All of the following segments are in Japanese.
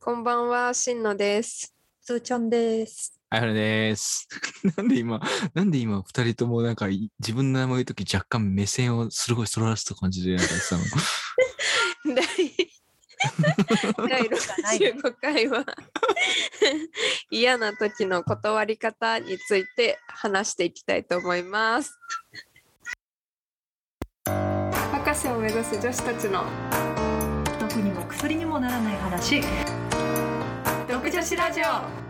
こんばんは、しんのです。 つーちゃんです。 はい、はるです。なんで今二人ともなんか自分の名前言うとき若干目線をすごいそらした感じでなんか言ってたの。 第65回は嫌な時の断り方について話していきたいと思います。博士を目指す女子たちの毒にも薬にもならない話、 毒女子ラジオ。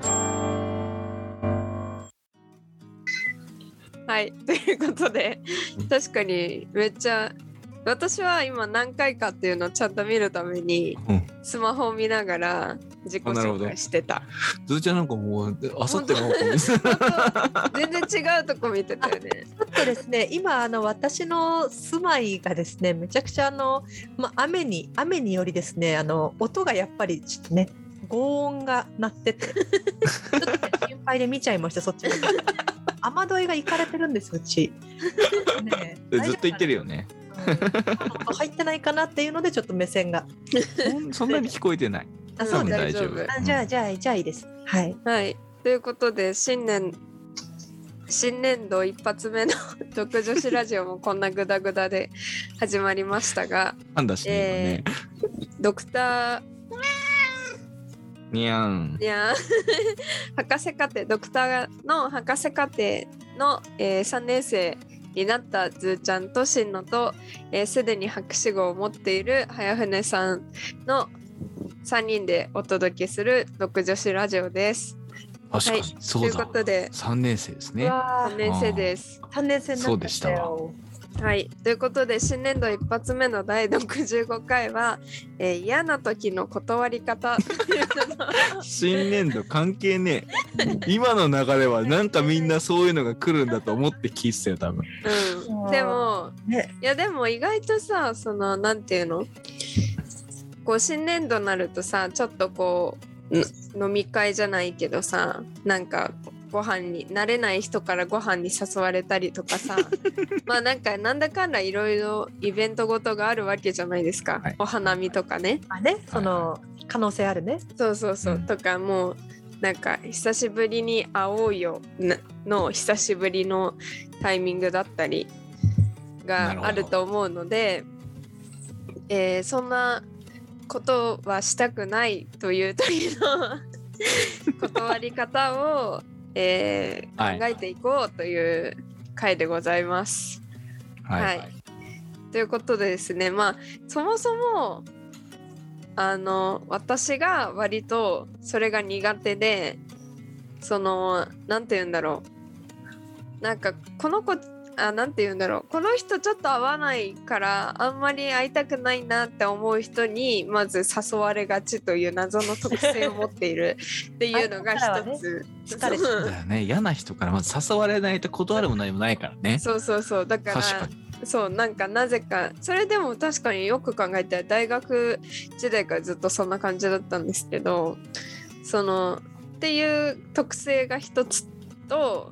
はい、ということで確かにめっちゃ私は今何回かっていうのをちゃんと見るためにスマホを見ながら自己紹介してた。 ずーちゃんなんかもうあさっての全然違うとこ見てたよね。 ちょっとですね、今私の住まいがですね、めちゃくちゃ雨によりですね、音がやっぱりちょっとね、轟音が鳴っててちょっと、ね、心配で見ちゃいました。そっちも雨どいがいかれてるんですうち、 ね、ずっと言ってるよね。 入ってないかなっていうのでちょっと目線がそんなに聞こえてない。 あ、そう、 大丈夫。 じゃあいいです。はい、 はい、ということで新年度一発目の毒女子ラジオもこんなグダグダで始まりましたが、 なんだしね、 ドクターにゃん博士課程ドクターの博士課程の、3年生になったずーちゃんとしんのとすでに博士号を持っている早船さんの3人でお届けする毒女子ラジオです。 確かに、はい、そうだ。 ということで 3年生ですね。 3年生です。 3年生になったよ。 そうでしたわ。 はい、ということで新年度一発目の第65回は、嫌な時の断り方新年度関係ねえ。今の流れはなんかみんなそういうのが来るんだと思って聞いてたよ多分。 でも、ね、いやでも意外とさ、そのなんていうの、こう新年度になるとさ、ちょっとこう飲み会じゃないけどさ、なんかご飯に慣れない人からご飯に誘われたりとかさまあなんかなんだかんだいろいろイベントごとがあるわけじゃないですか、はい、お花見とかね、 その可能性あるね。 そう、とかもうなんか久しぶりに会おうよの久しぶりのタイミングだったりがあると思うので、そんなことはしたくないという時の断り方を考えていこうという回でございます。はい、ということでですね、まあそもそも私が割とそれが苦手で、そのなんて言うんだろう、なんかこの子なんて言うんだろう、この人ちょっと合わないからあんまり会いたくないなって思う人にまず誘われがちという謎の特性を持っているっていうのが一つ。 そうだよね、嫌な人からまず誘われないと断るも何もないからね。 そうだからそうなんかなぜかそれでも確かによく考えたら大学時代からずっとそんな感じだったんですけど、そのっていう特性が一つと、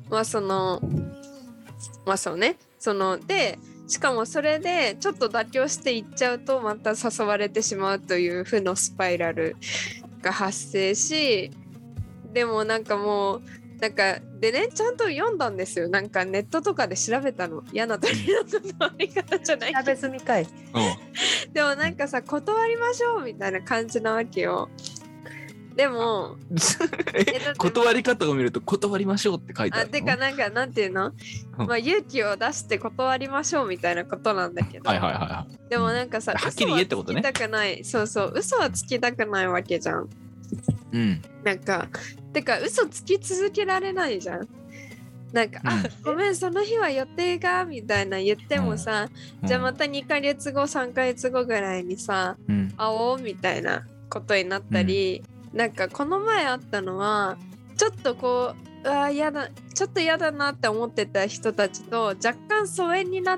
そうね、でしかもそれでちょっと妥協していっちゃうとまた誘われてしまうという負のスパイラルが発生し、でもなんかもうなんかでね、ちゃんと読んだんですよ。なんかネットとかで調べたの。嫌な時の断り方じゃない調べ済みかい。 でもなんかさ、断りましょうみたいな感じなわけよ。でも断り方を見ると断りましょうって書いてあるの。 てかなんかなんていうの、まあ勇気を出して断りましょうみたいなことなんだけど、でもなんかさ、 はっきり言えってことね。 嘘はつきたくない。そう嘘はつきたくないわけじゃん。なんかてか嘘つき続けられないじゃん。なんか、ごめんその日は予定がみたいな言ってもさ、じゃあまた2ヶ月後3ヶ月後ぐらいにさ、会おうみたいなことになったり、なんかこの前あったのはちょっとこうちょっと嫌だなって思ってた人たちと若干疎遠になって、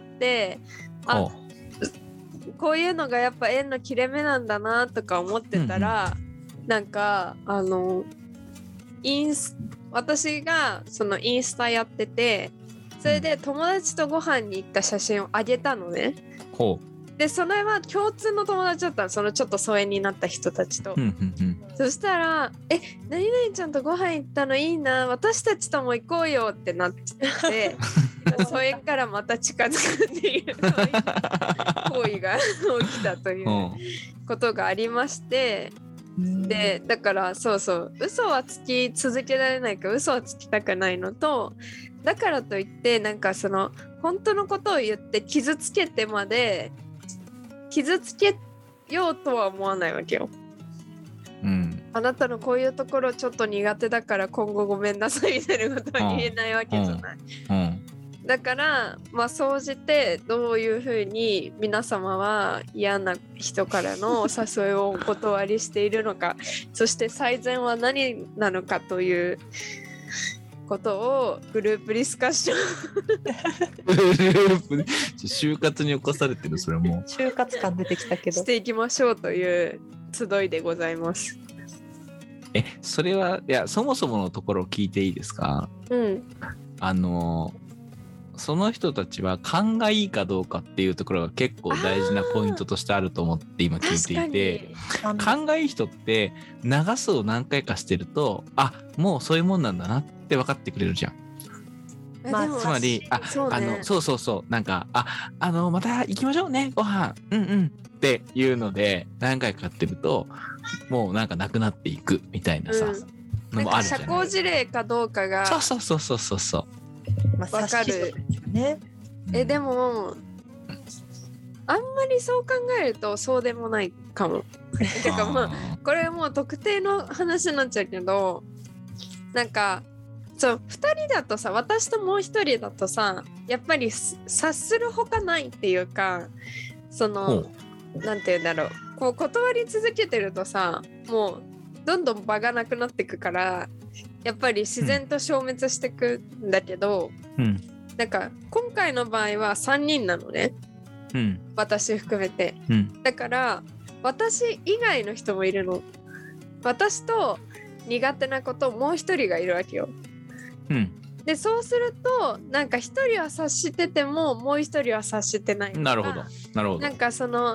こういうのがやっぱ縁の切れ目なんだなとか思ってたら、なんか私がそのインスタやってて、それで友達とご飯に行った写真をあげたのね。 でそれは共通の友達だったの、そのちょっと疎遠になった人たちと、そしたら何々ちゃんとご飯行ったのいいな、私たちとも行こうよってなって疎遠からまた近づくっていう行為が起きたということがありまして、でだからそう嘘はつき続けられないから嘘はつきたくないのと、だからといってなんかその本当のことを言って傷つけてまで傷つけようとは思わないわけよ。あなたのこういうところちょっと苦手だから今後ごめんなさいみたいなことは言えないわけじゃない。だからまあ総じてどういうふうに皆様は嫌な人からの誘いをお断りしているのかそして最善は何なのかということをグループディスカッション就活に起こされてる、それも就活感出てきたけどしていきましょうという集いでございます。 それはいやそもそものところを聞いていいですか？その人たちは勘がいいかどうかっていうところが結構大事なポイントとしてあると思って今聞いていて、勘がいい人って流すを何回かしてるともうそういうもんなんだなって分かってくれるじゃん。つまりそうなんかまた行きましょうねご飯っていうので何回かやってるともうなんかなくなっていくみたいなさ、のもあるじゃない。 社交辞令かどうかがそう分かるね。 でもあんまりそう考えるとそうでもないかも。てかまあこれもう特定の話になっちゃうけど、なんか2人だとさ、私ともう1人だとさやっぱり察するほかないっていうか、そのなんていうんだろう、こう断り続けてるとさもうどんどん場がなくなってくからやっぱり自然と消滅してくんだけど、なんか今回の場合は3人なのね、私含めて、だから私以外の人もいるの。私と苦手なこともう一人がいるわけよ。でそうするとなんか一人は察しててももう一人は察してない。 なるほど。 なんかその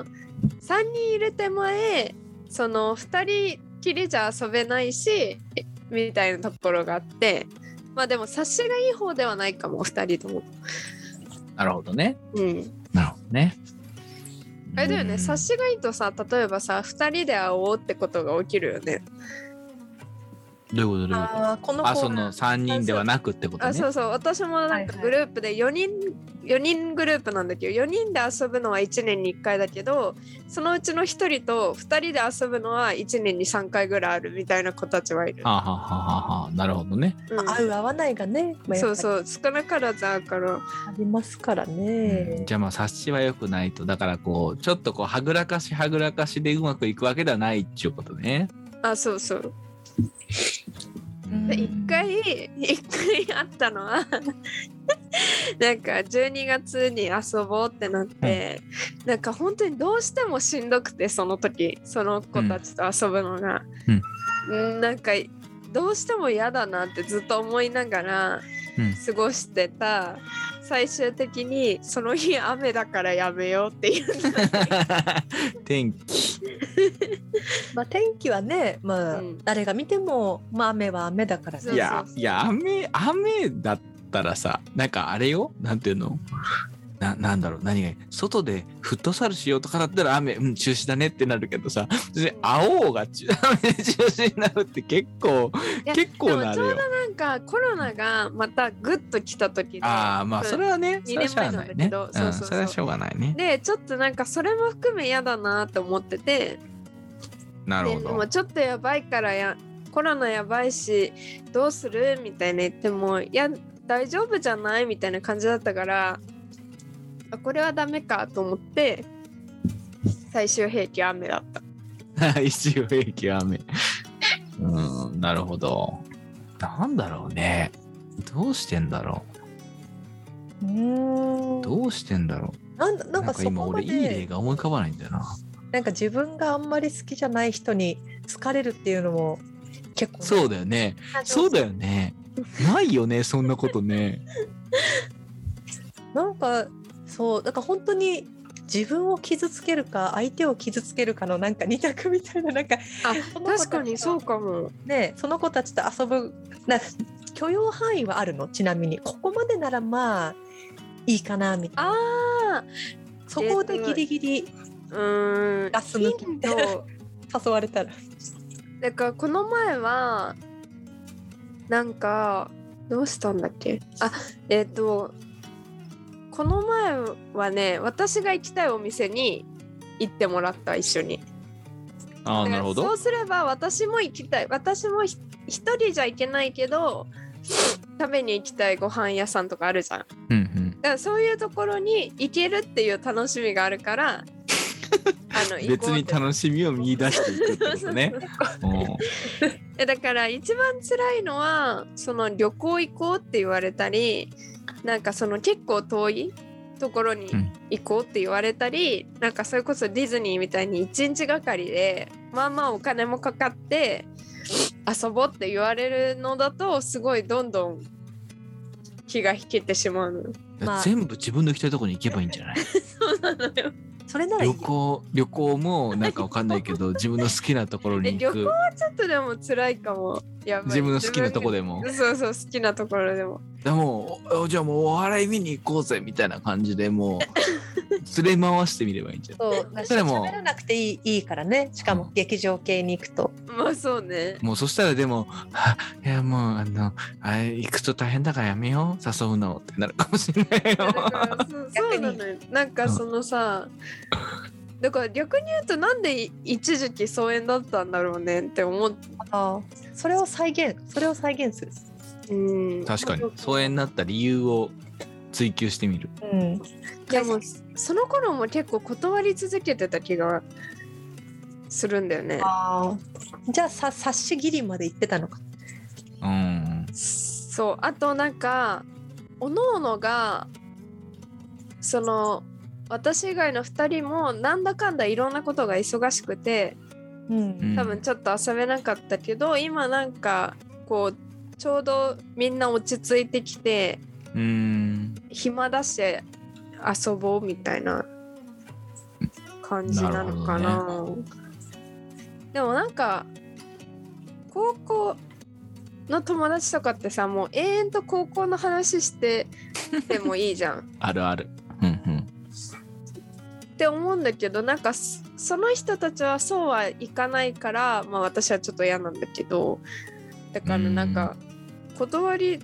3人いる手前その2人きりじゃ遊べないしみたいなところがあって、まあでも察しがいい方ではないかも2人とも。 なるほどね。なるほどね。 あれだよね、察しがいいとさ、例えばさ2人で会おうってことが起きるよね。 どういうことその3人ではなくってことね。 そう私もなんかグループで4人グループなんだけど、4人で遊ぶのは1年に1回だけど、そのうちの1人と2人で遊ぶのは1年に3回ぐらいあるみたいな子たちはいる。 なるほどね。 合う合わないがね、 そう少なからずあるからありますからね。 じゃあまあ察しは良くないと、だからこうちょっとこうはぐらかしでうまくいくわけではないっていうことね。 そう一回あったのはなんか12月に遊ぼうってなって、なんか本当にどうしてもしんどくて、その時その子たちと遊ぶのが、なんかどうしても嫌だなってずっと思いながら過ごしてた、最終的にその日雨だからやめようっていう天気まあ天気はね、誰が見ても、雨は雨だから、 いや雨だったらさ、なんかあれよ、なんていうの、なんだろう、何がいい、外でフットサルしようとかだったら雨、中止だねってなるけどさ、会おうが雨で中止になるって結構なあれよ。 ちょうどなんかコロナがまたグッと来た時で、 まあそれはね、 2年前なんだけど、 それはしょうがないね。 でちょっとなんかそれも含め嫌だなと思ってて、 なるほど。 でもちょっとやばいからコロナやばいしどうするみたいな言っても、いや大丈夫じゃないみたいな感じだったから、これはダメかと思って最終兵器は雨だった。 最終兵器は雨。なるほど。なんだろうね。どうしてんだろう。どうしてんだろう。なんか今俺いい例が思い浮かばないんだよな。 なんか自分があんまり好きじゃない人に好かれるっていうのも結構、 そうだよね。そうだよね。ないよね、そんなことね。 なんかそうだから本当に自分を傷つけるか相手を傷つけるかのなんか二択みたいな、なんか確かにそうかもね、その子たちと遊ぶ許容範囲はあるの？ちなみにここまでならまあいいかなみたいな。そこでギリギリガス抜き誘われたら。 だからこの前はなんかどうしたんだっけ。この前はね、私が行きたいお店に行ってもらった、一緒に。 なるほど。 そうすれば私も行きたい。私も一人じゃ行けないけど食べに行きたいご飯屋さんとかあるじゃん。だからそういうところに行けるっていう楽しみがあるから別に楽しみを見出していくってことね。 だから一番辛いのはその旅行行こうって言われたり、なんかその結構遠いところに行こうって言われたり、なんかそれこそディズニーみたいに1日がかりでまあまあお金もかかって遊ぼうって言われるのだと、すごいどんどん気が引けてしまうの。 全部自分の行きたいところに行けばいいんじゃない？ そうなのよ。 それならいいよ。旅行もなんかわかんないけど自分の好きなところに行く。 旅行はちょっとでも辛いかも。やばい。 自分の好きなとこでも。 そう好きなところでも。 でもじゃあもうお笑い見に行こうぜみたいな感じでもう連れ回してみればいいんじゃない？ そう、喋らなくていいからね。しかも劇場系に行くと。 まあそうね。 もうそしたらでもいやもう行くと大変だからやめよう誘うのってなるかもしれないよ。 そうなのよ。なんかそのさ、だから逆に言うとなんで一時期疎遠だったんだろうねって思って。 それを再現する。 確かに疎遠になった理由を追求してみる。 でもその頃も結構断り続けてた気がするんだよね。 じゃあ察し切りまで行ってたのか。 そう、あとなんかおのおのがその私以外の2人もなんだかんだいろんなことが忙しくて、多分ちょっと遊べなかったけど、今なんかこうちょうどみんな落ち着いてきて暇だし遊ぼうみたいな感じなのかな。でもなんか高校の友達とかってさ、もう永遠と高校の話しててもいいじゃん。 あるある。 って思うんだけど、なんかその人たちはそうはいかないから、まあ私はちょっと嫌なんだけど、だからなんか断り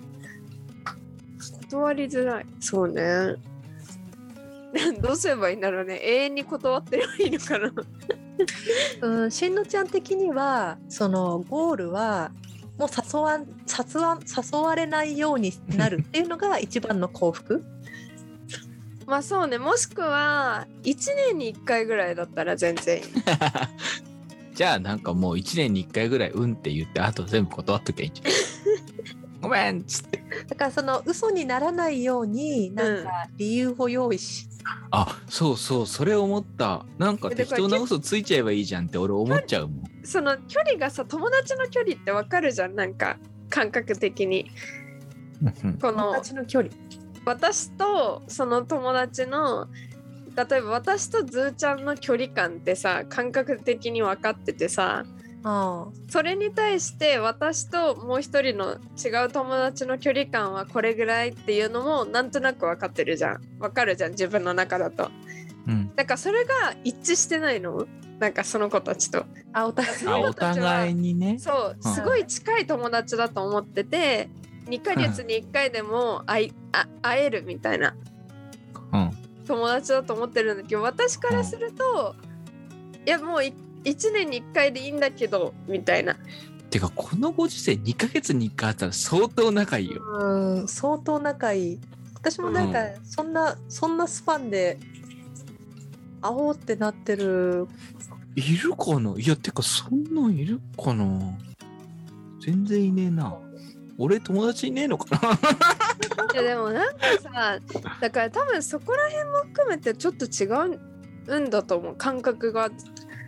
づらい。そうね。どうすればいいんだろうね。永遠に断ってればいいのかな。 しんのちゃん的にはそのゴールはもう誘われないようになるっていうのが一番の幸福。 まあそうね。もしくは1年に1回ぐらいだったら全然いい。 じゃあなんかもう1年に1回ぐらいって言ってあと全部断っときゃいいんじゃない？ごめんっつって。 だからその嘘にならないようになんか理由を用意し、 そうそれ思った。なんか適当な嘘ついちゃえばいいじゃんって俺思っちゃうもん。 その距離がさ、友達の距離ってわかるじゃん。なんか感覚的にこの友達の距離、 私とその友達の、例えば私とズーちゃんの距離感ってさ、感覚的に分かっててさ、それに対して私ともう一人の違う友達の距離感はこれぐらいっていうのもなんとなく分かってるじゃん。分かるじゃん、自分の中だと。だからそれが一致してないの、なんかその子たちと。 お互いにね。 そう、すごい近い友達だと思ってて、2ヶ月に1回でも会えるみたいな友達だと思ってるんだけど、私からすると、いやもう1年に1回でいいんだけどみたいな。 てかこのご時世2ヶ月に1回会ったら相当仲いいよ。 相当仲いい。私もなんかそんなスパンで会おうってなってる。 いるかな。いやてかそんなんいるかな。全然いねえな。俺友達いねえのかな。 いやでもなんかさ、だから多分そこら辺も含めてちょっと違うんだと思う、感覚が。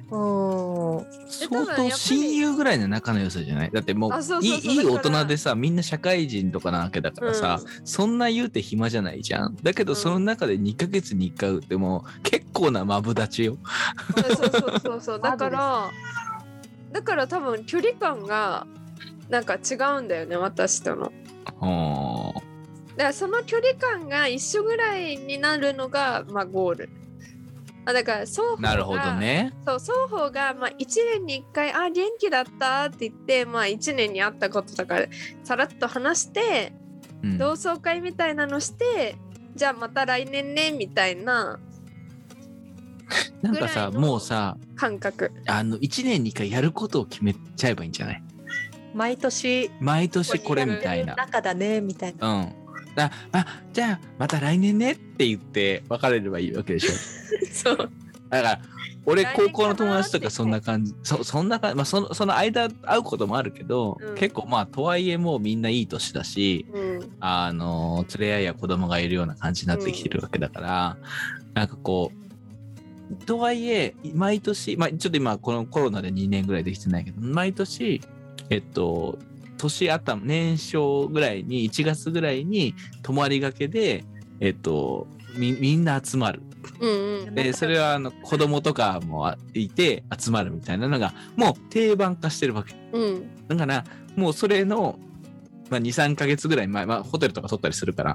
相当親友ぐらいの仲の良さじゃない？だってもういい大人でさ、みんな社会人とかなわけだからさ、そんな言うて暇じゃないじゃん。だけどその中で2ヶ月に1回会うってもう結構なマブダチよ。 そうだから多分距離感がなんか違うんだよね、私との。だからその距離感が一緒ぐらいになるのが、まあ、ゴール。だから双方が、 なるほどね。 そう、双方が、まあ、1年に1回元気だったって言って、まあ、1年にあったこととかさらっと話して、同窓会みたいなのしてじゃあまた来年ねみたいな。 なんかさ、もうさ感覚 1年に1回やることを決めちゃえばいいんじゃない？ 毎年これみたいな中だねみたいな。 じゃあまた来年ねって言って別れればいいわけでしょ。 そうだから俺高校の友達とかそんな感じ、そんな感じ、まあ、その間会うこともあるけど、結構まあとはいえもうみんないい年だし、連れ合いや子供がいるような感じになってきてるわけだから、なんかこうとはいえ毎年、まあ、ちょっと今このコロナで2年ぐらいできてないけど、毎年年年少ぐらいに1月ぐらいに泊まりがけでみんな集まる。でそれは子供とかもいて集まるみたいなのがもう定番化してるわけ。だからもうそれの、まあ、2,3 ヶ月ぐらい前、まあ、ホテルとか取ったりするから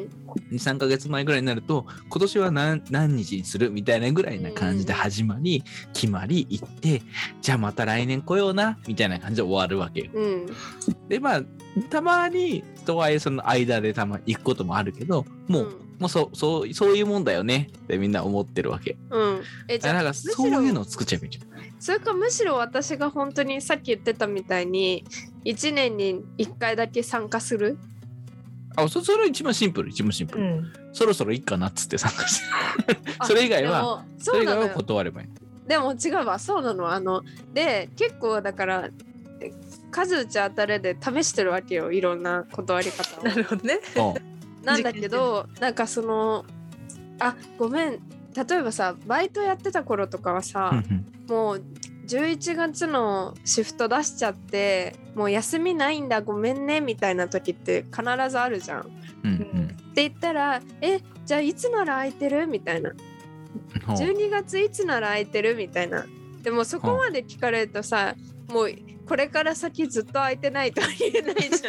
、2,3 ヶ月前ぐらいになると今年は何日にするみたいなぐらいな感じで始まり、決まり行って、じゃあまた来年来ようなみたいな感じで終わるわけよ。でまあたまにとはいえその間でたまに行くこともあるけど、もうそういうもんだよねってみんな思ってるわけ。じゃあなんかそういうのを作っちゃえばいいじゃん。 それかむしろ私が本当にさっき言ってたみたいに1年に1回だけ参加する。 それは一番シンプル、そろそろいいかなっつって参加してそれ以外は断ればいい。 でも違うわ、そうなの。で結構だから数打ち当たりで試してるわけよ、いろんな断り方を。 なるほどね。 なんだけどなんかごめん、例えばさバイトやってた頃とかはさもう11月のシフト出しちゃってもう休みないんだごめんねみたいな時って必ずあるじゃん。って言ったらじゃあいつなら空いてるみたいな、12月いつなら空いてるみたいな。でもそこまで聞かれるとさ、もうこれから先ずっと空いてないとは言えないじゃん。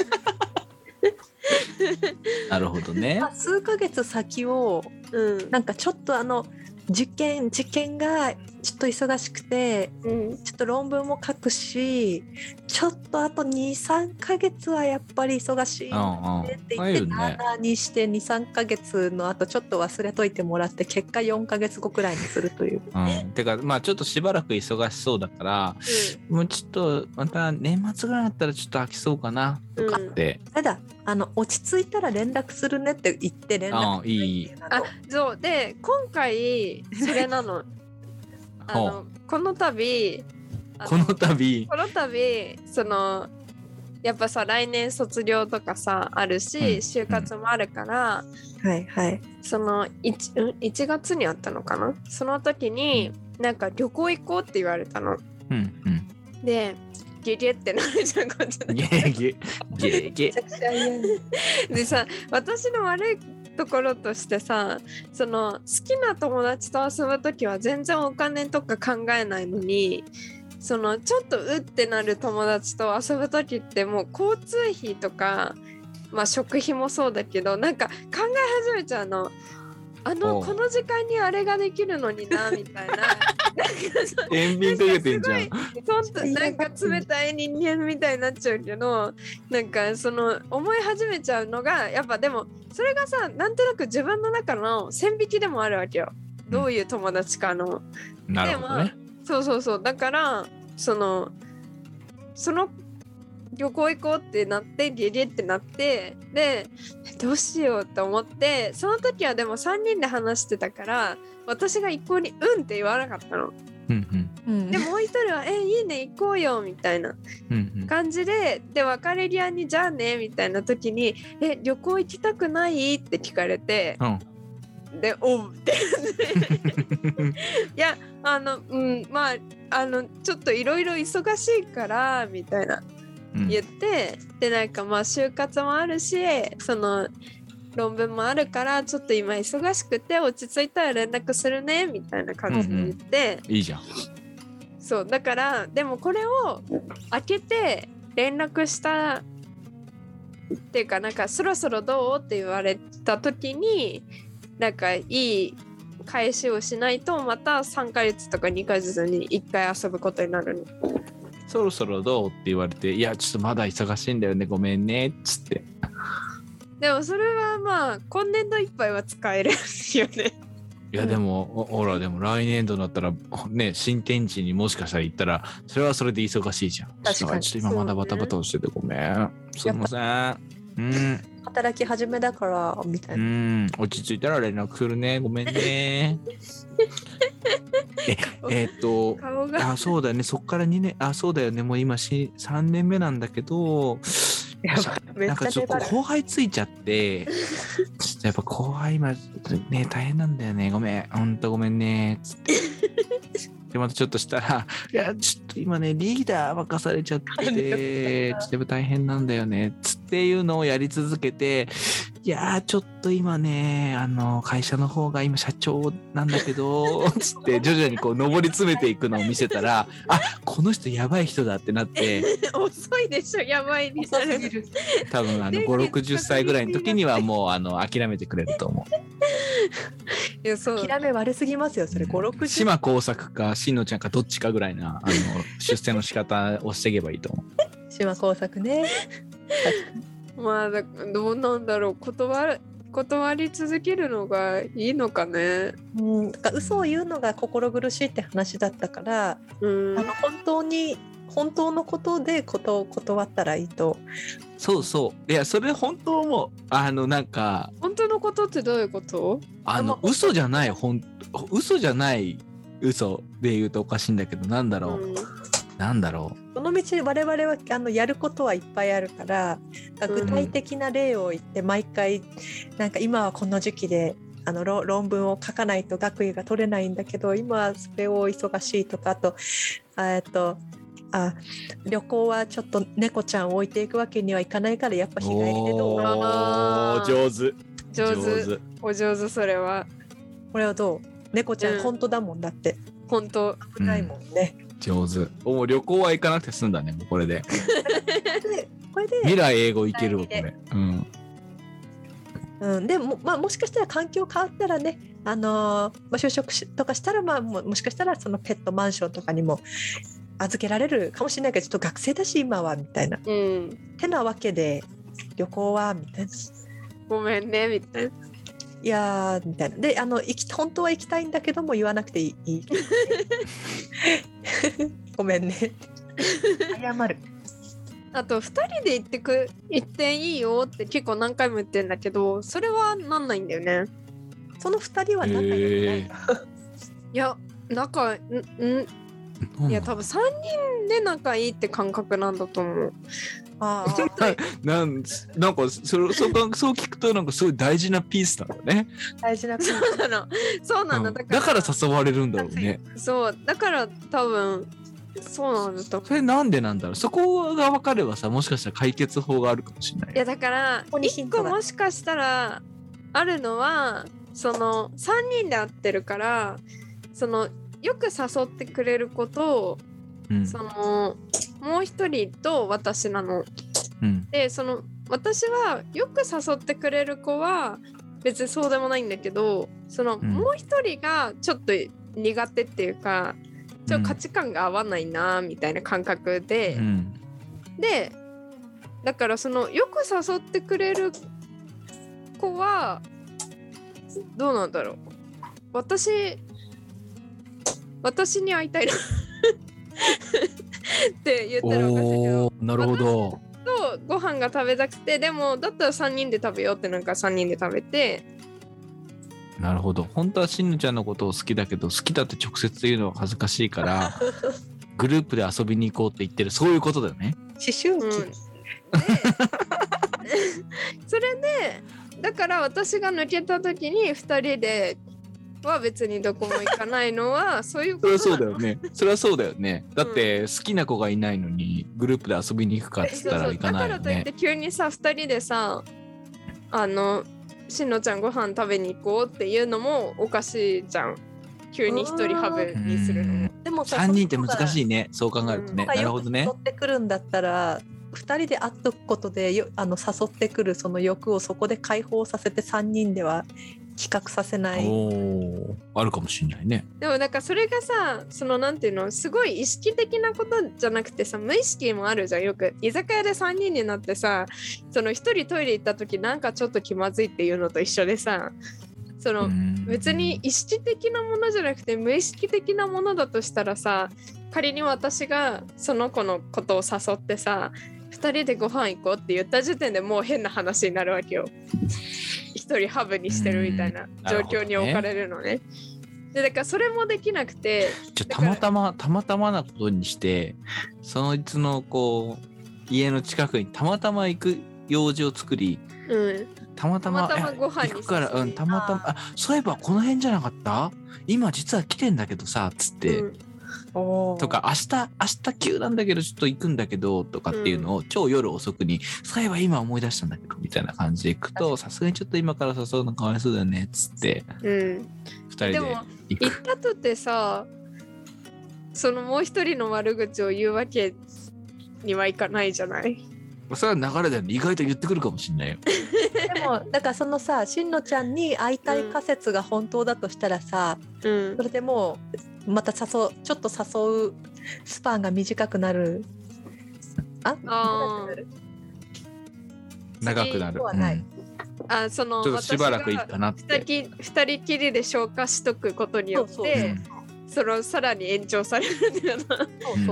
なるほどね。 数ヶ月先を、なんかちょっと受験がちょっと忙しくて、ちょっと論文も書くしちょっとあと 2,3 ヶ月はやっぱり忙しいって言ってなーにして 2,3 ヶ月のあとちょっと忘れといてもらって結果4ヶ月後くらいにするという。 てかまあちょっとしばらく忙しそうだから、もうちょっとまた年末ぐらいだったらちょっと飽きそうかなとかって、 ただ落ち着いたら連絡するねって言って連絡する。 いい。 そうで今回それなの。この度やっぱさ来年卒業とかさあるし、就活もあるから、その 1月にあったのかな、その時になんか旅行行こうって言われたの。でゲゲってなるじゃんこっちで。 ゲゲでさ私の悪いところとしてさ、その好きな友達と遊ぶときは全然お金とか考えないのに、そのちょっとうってなる友達と遊ぶときってもう交通費とか、まあ食費もそうだけどなんか考え始めちゃうの。この時間にあれができるのになみたいな。 天秤かけてんじゃん。 なんか冷たい人間みたいになっちゃうけど、なんかその思い始めちゃうのがやっぱでもそれがさなんとなく自分の中の線引きでもあるわけよ。どういう友達かの。 なるほどね。 そうだからその旅行行こうってなってゲゲってなってでどうしようと思って、その時はでも3人で話してたから私が一向にうんって言わなかったの。でもう一人はいいね行こうよみたいな感じで、で別れ際にじゃあねみたいな時に旅行行きたくないって聞かれて、 でおうっていやまあちょっといろいろ忙しいからみたいな言って、でなんかまあ就活もあるしその論文もあるからちょっと今忙しくて落ち着いたら連絡するねみたいな感じで言って、 いいじゃん。 そうだからでもこれを開けて連絡したっていうかなんかそろそろどうって言われた時になんかいい返しをしないとまた3ヶ月とか2ヶ月に1回遊ぶことになるの。 そろそろどうって言われて、いやちょっとまだ忙しいんだよねごめんねっつって。 でもそれはまあ今年度いっぱいは使えるよね。 いやでも、ほらでも来年度になったらね新天地にもしかしたら行ったらそれはそれで忙しいじゃん。 確かに。 ちょっと今まだバタバタしててごめん。すいません。 働き始めだからみたいな。 落ち着いたら連絡するねごめんね。 顔があそうだよねそっから2年そうだよねもう今3年目なんだけど。なんかちょっと後輩ついちゃってちょっとやっぱ後輩今ね大変なんだよねごめんほんとごめんねつってでまたちょっとしたらいやちょっと今ねリーダー任されちゃってちょっとやっぱ大変なんだよねつっていうのをやり続けていやちょっと今ね会社の方が今社長なんだけどつって徐々にこう上り詰めていくのを見せたらあこの人やばい人だってなって遅いでしょやばいにされる多分5、60歳ぐらいの時にはもう諦めてくれると思う。 いやそう諦め悪すぎますよそれ5、60 島耕作かしんのちゃんかどっちかぐらいな出世の仕方をしていけばいいと思う。 島耕作ね。 まあどうなんだろう断り続けるのがいいのかね。 だから嘘を言うのが心苦しいって話だったから、本当のことで断ったらいいと。 そうそういやそれ本当もなんか本当のことってどういうこと？ 嘘じゃない嘘じゃない嘘で言うとおかしいんだけどなんだろう。 この道我々はやることはいっぱいあるから具体的な例を言って毎回なんか今はこの時期で論文を書かないと学位が取れないんだけど今はそれを忙しいとか旅行はちょっと猫ちゃんを置いていくわけにはいかないからやっぱ日帰りでどう上手お上手それは。 これはどう猫ちゃん本当だもんだって本当危ないもんね。 上手もう旅行は行かなくて済んだねもうこれでこれで未来英語いけるわこれ。 でも、もしかしたら環境変わったらね、就職とかしたら、もしかしたらそのペットマンションとかにも預けられるかもしれないけどちょっと学生だし今はみたいな、てなわけで旅行はみたいなごめんねみたいな。 いやみたいなで本当は行きたいんだけども言わなくていいごめんね謝る。 あと2人で行っていいよって結構何回も言ってんだけどそれはなんないんだよね。 その2人は仲良くないいやいや多分3人で仲いいって感覚なんだと思う。 なんかそう聞くとなんかすごい大事なピースなんだね。 大事なピースそうなの、 だから誘われるんだろうね。 そうだから多分そうなんだと思う。 それなんでなんだろう。そこが分かればさもしかしたら解決法があるかもしれない。 いやだから1個もしかしたらあるのはその3人で会ってるからそのよく誘ってくれる子と、そのもう一人と私なの、でその私はよく誘ってくれる子は別にそうでもないんだけどそのもう一人がちょっと苦手っていうかちょっと価値観が合わないなみたいな感覚で、でだからそのよく誘ってくれる子はどうなんだろう。私に会いたいなって言ったらおかしいけど、 なるほど。 とご飯が食べたくてでもだったら3人で食べようってなんか3人で食べて。 なるほど。本当はしんぬちゃんのことを好きだけど好きだって直接言うのは恥ずかしいからグループで遊びに行こうって言ってるそういうことだよね。 思春期、 それでだから私が抜けた時に2人では別にどこも行かないのはそういうことそれはそうだよね。それはそうだよね。だって好きな子がいないのにグループで遊びに行くかっつったら行かないよだからといっね。 て急にさ2人でさしんのちゃんご飯食べに行こうっていうのもおかしいじゃん。急に1人ハブにするのも。 でもさ 3人って難しいね。そう考えるとね。なるほどね誘。ってくるんだったら2人で会っとくことで誘ってくるその欲をそこで解放させて3人では比較させない。 あるかもしれないね。 でもなんかそれがさなんていうのすごい意識的なことじゃなくてさ無意識もあるじゃん。よく居酒屋で3人になってさ1人トイレ行った時なんかちょっと気まずいっていうのと一緒でさ別に意識的なものじゃなくて無意識的なものだとしたらさ仮に私がその子のことを誘ってさ2人でご飯行こうって言った時点でもう変な話になるわけよ。1人ハブにしてるみたいな状況に置かれるのね。でだからそれもできなくてたまたまなことにしてそいつのこう家の近くにたまたま行く用事を作り、たまたまご飯に行くから、たまたまそういえばこの辺じゃなかった今実は来てんだけどさつって、とか明日急なんだけどちょっと行くんだけどとかっていうのを超夜遅くに、そういえば今思い出したんだけどみたいな感じで行くとさすがにちょっと今から誘うのかわいそうだよねっつって、2人ででも行ったとってさもう一人の悪口を言うわけにはいかないじゃない。 それは流れだよね。意外と言ってくるかもしれないよ。 でもだからさしんのちゃんに会いたい仮説が本当だとしたらさ、それでもうまたちょっと誘うスパンが短くなる。 長くなる。 ちょっとしばらくいいかなって。 2人きりで消化しとくことによってさらに延長されるんだよな。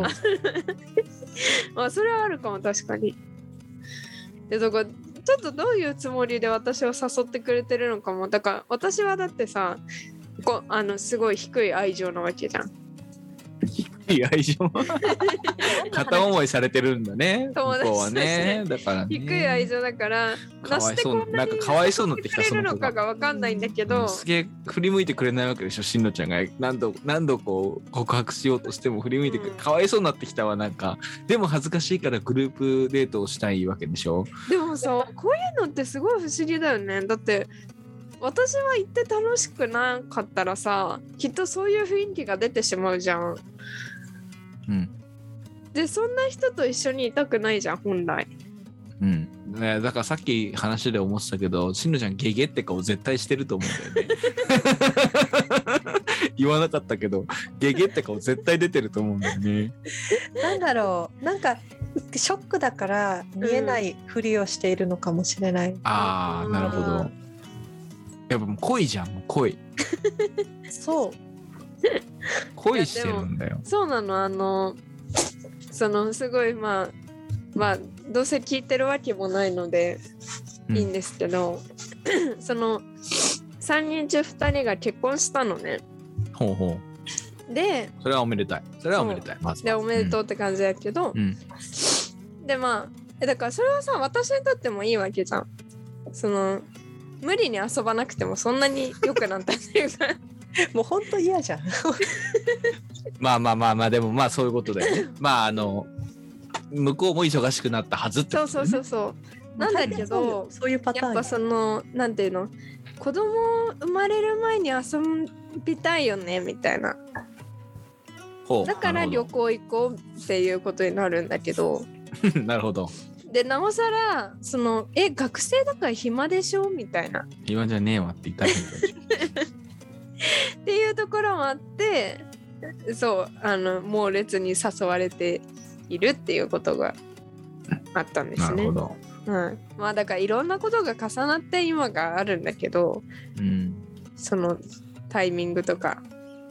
まあそれはあるかも確かに。でちょっとどういうつもりで私を誘ってくれてるのかも。だから私はだってさすごい低い愛情なわけじゃん。 低い愛情片思いされてるんだね。 友達向こうはね。だからね低い愛情だからかわいそうなんかかわいそうになってきた。 その子がかわかんないんだけど、 すげえ振り向いてくれないわけでしょ。しんのちゃんが何度こう告白しようとしても振り向いてくれ、かわいそうになってきたわ。なんかでも恥ずかしいからグループデートをしたいわけでしょ。 でもさこういうのってすごい不思議だよね。だって私は行って楽しくなかったらさきっとそういう雰囲気が出てしまうじゃん。でそんな人と一緒にいたくないじゃん本来。だからさっき話で思ってたけどしんのちゃんゲゲって顔絶対してると思うんだよね。言わなかったけどゲゲって顔絶対出てると思うんだよね。 なんだろうなんかショックだから見えないふりをしているのかもしれない。 ああなるほど。やっぱもう恋じゃん。もう恋そう恋してるんだよ。 そうなの。すごいまあどうせ聞いてるわけもないのでいいんですけど、3人中2人が結婚したのね。 ほうでそれはおめでたい。まずはでおめでとうって感じだけど、でだからそれはさ私にとってもいいわけじゃん。無理に遊ばなくてもそんなに良くなったっていうかもうほんと嫌じゃん。 まあでもそういうことだよね。向こうも忙しくなったはずってことね。 そうなんだけどそういうパターンやっぱなんていうの子供生まれる前に遊びたいよねみたいな。だから旅行行こうっていうことになるんだけどなるほど。 でなおさら学生だから暇でしょみたいな。 暇じゃねえわって言ったけどっていうところもあって猛烈に誘われているっていうことがあったんですね。 なるほど。 だからいろんなことが重なって今があるんだけど、そのタイミングとか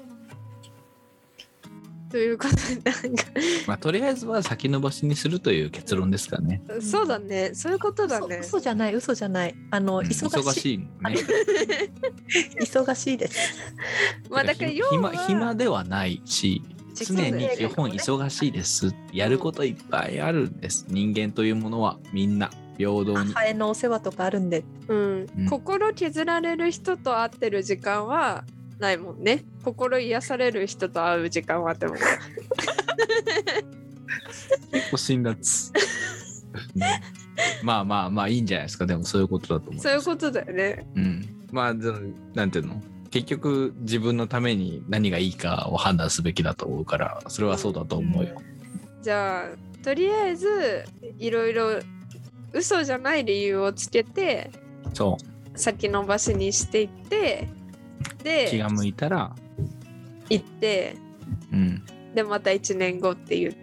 ということでとりあえずは先延ばしにするという結論ですかね。 そうだね。そういうことだね。 嘘じゃない。忙しいね。忙しいです。 だから暇ではないし常に基本忙しいです。やることいっぱいあるんです。人間というものはみんな平等に。 ハエのお世話とかあるんで、 心削られる人と会ってる時間はないもんね。心癒される人と会う時間はあっても結構辛辣。まあまあまあいいんじゃないですか。でもそういうことだと思う。 そういうことだよね。 まあなんていうの、結局自分のために何がいいかを判断すべきだと思うから、それはそうだと思うよ。 じゃあとりあえずいろいろ嘘じゃない理由をつけて、 そう先延ばしにしていって、で気が向いたら行って、でまた1年後って言って、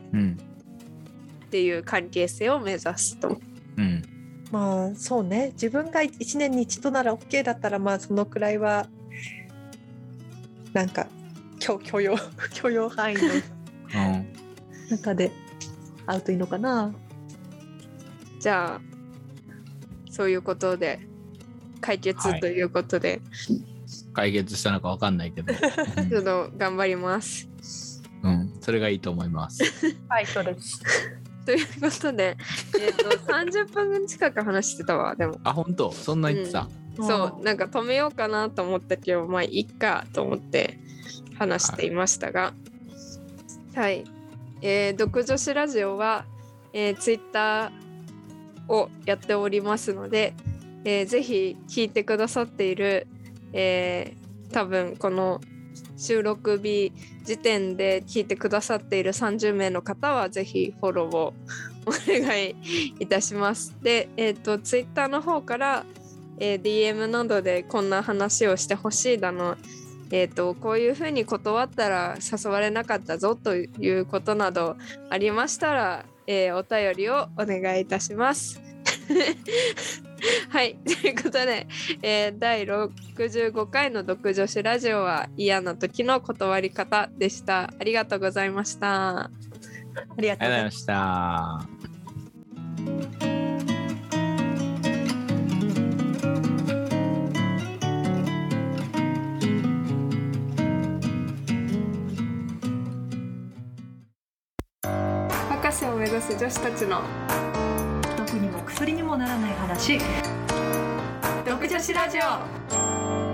っていう関係性を目指すと。 まあそうね、自分が1年に1度なら OK だったら、まあそのくらいはなんか許容範囲の中で会うといいのかな。 じゃあそういうことで解決ということで、 解決したのか分かんないけどちょっと頑張ります。 それがいいと思います。 はい、そうです。 ということで、30分近く話してたわ。でも本当そんな言ってた、 そうなんか止めようかなと思ったけど、まあいいかと思って話していましたが、はい、独女子ラジオは、ツイッターをやっておりますので、ぜひ聞いてくださっている、多分この収録日時点で聞いてくださっている30名の方はぜひフォローをお願いいたします。で、ツイッターの方から、DM などでこんな話をしてほしいだの、こういうふうに断ったら誘われなかったぞということなどありましたら、お便りをお願いいたします。はい、ということで、第65回の独女子ラジオは嫌な時の断り方でした。ありがとうございました。 ありがとうございました。 博士を目指す女子たちの毒にも薬にもならない話、 独女子ラジオ。